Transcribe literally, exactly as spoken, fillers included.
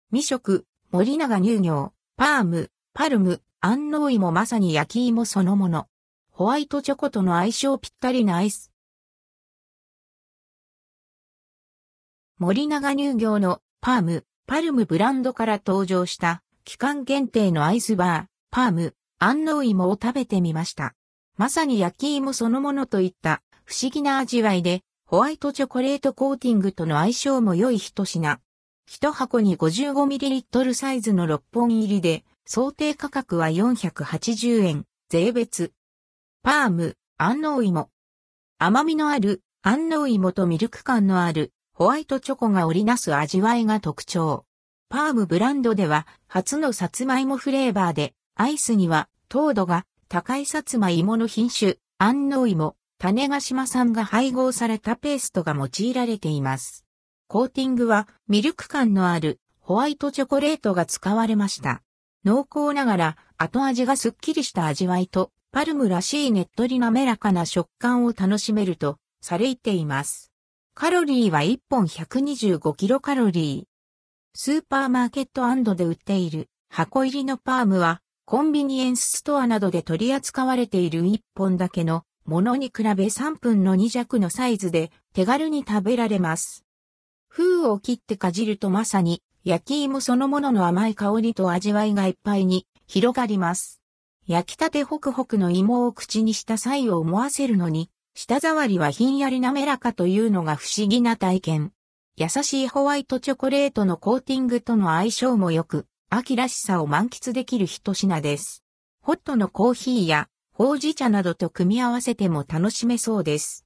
未食、森永乳業、パーム、パルム、安納芋まさに焼き芋そのもの。ホワイトチョコとの相性ぴったりなアイス。森永乳業のパーム、パルムブランドから登場した期間限定のアイスバー、パーム、安納芋を食べてみました。まさに焼き芋そのものといった不思議な味わいで、ホワイトチョコレートコーティングとの相性も良い一品。一箱に ごじゅうごミリリットル サイズのろっぽん入りで、想定価格はよんひゃくはちじゅうえん、税別。パーム、安納芋。甘みのある安納芋とミルク感のあるホワイトチョコが織りなす味わいが特徴。パームブランドでは初のさつまいもフレーバーで、アイスには糖度が高いさつまいもの品種、安納芋、種子島産が配合されたペーストが用いられています。コーティングはミルク感のあるホワイトチョコレートが使われました。濃厚ながら後味がすっきりした味わいとパルムらしいねっとり滑らかな食感を楽しめるとされています。カロリーはいっぽんひゃくにじゅうごキロカロリー。スーパーマーケット&で売っている箱入りのパームはコンビニエンスストアなどで取り扱われているいっぽんだけのものに比べさんぶんのに弱のサイズで手軽に食べられます。封を切ってかじるとまさに焼き芋そのものの甘い香りと味わいがいっぱいに広がります。焼きたてホクホクの芋を口にした際を思わせるのに、舌触りはひんやり滑らかというのが不思議な体験。優しいホワイトチョコレートのコーティングとの相性も良く、秋らしさを満喫できる一品です。ホットのコーヒーやほうじ茶などと組み合わせても楽しめそうです。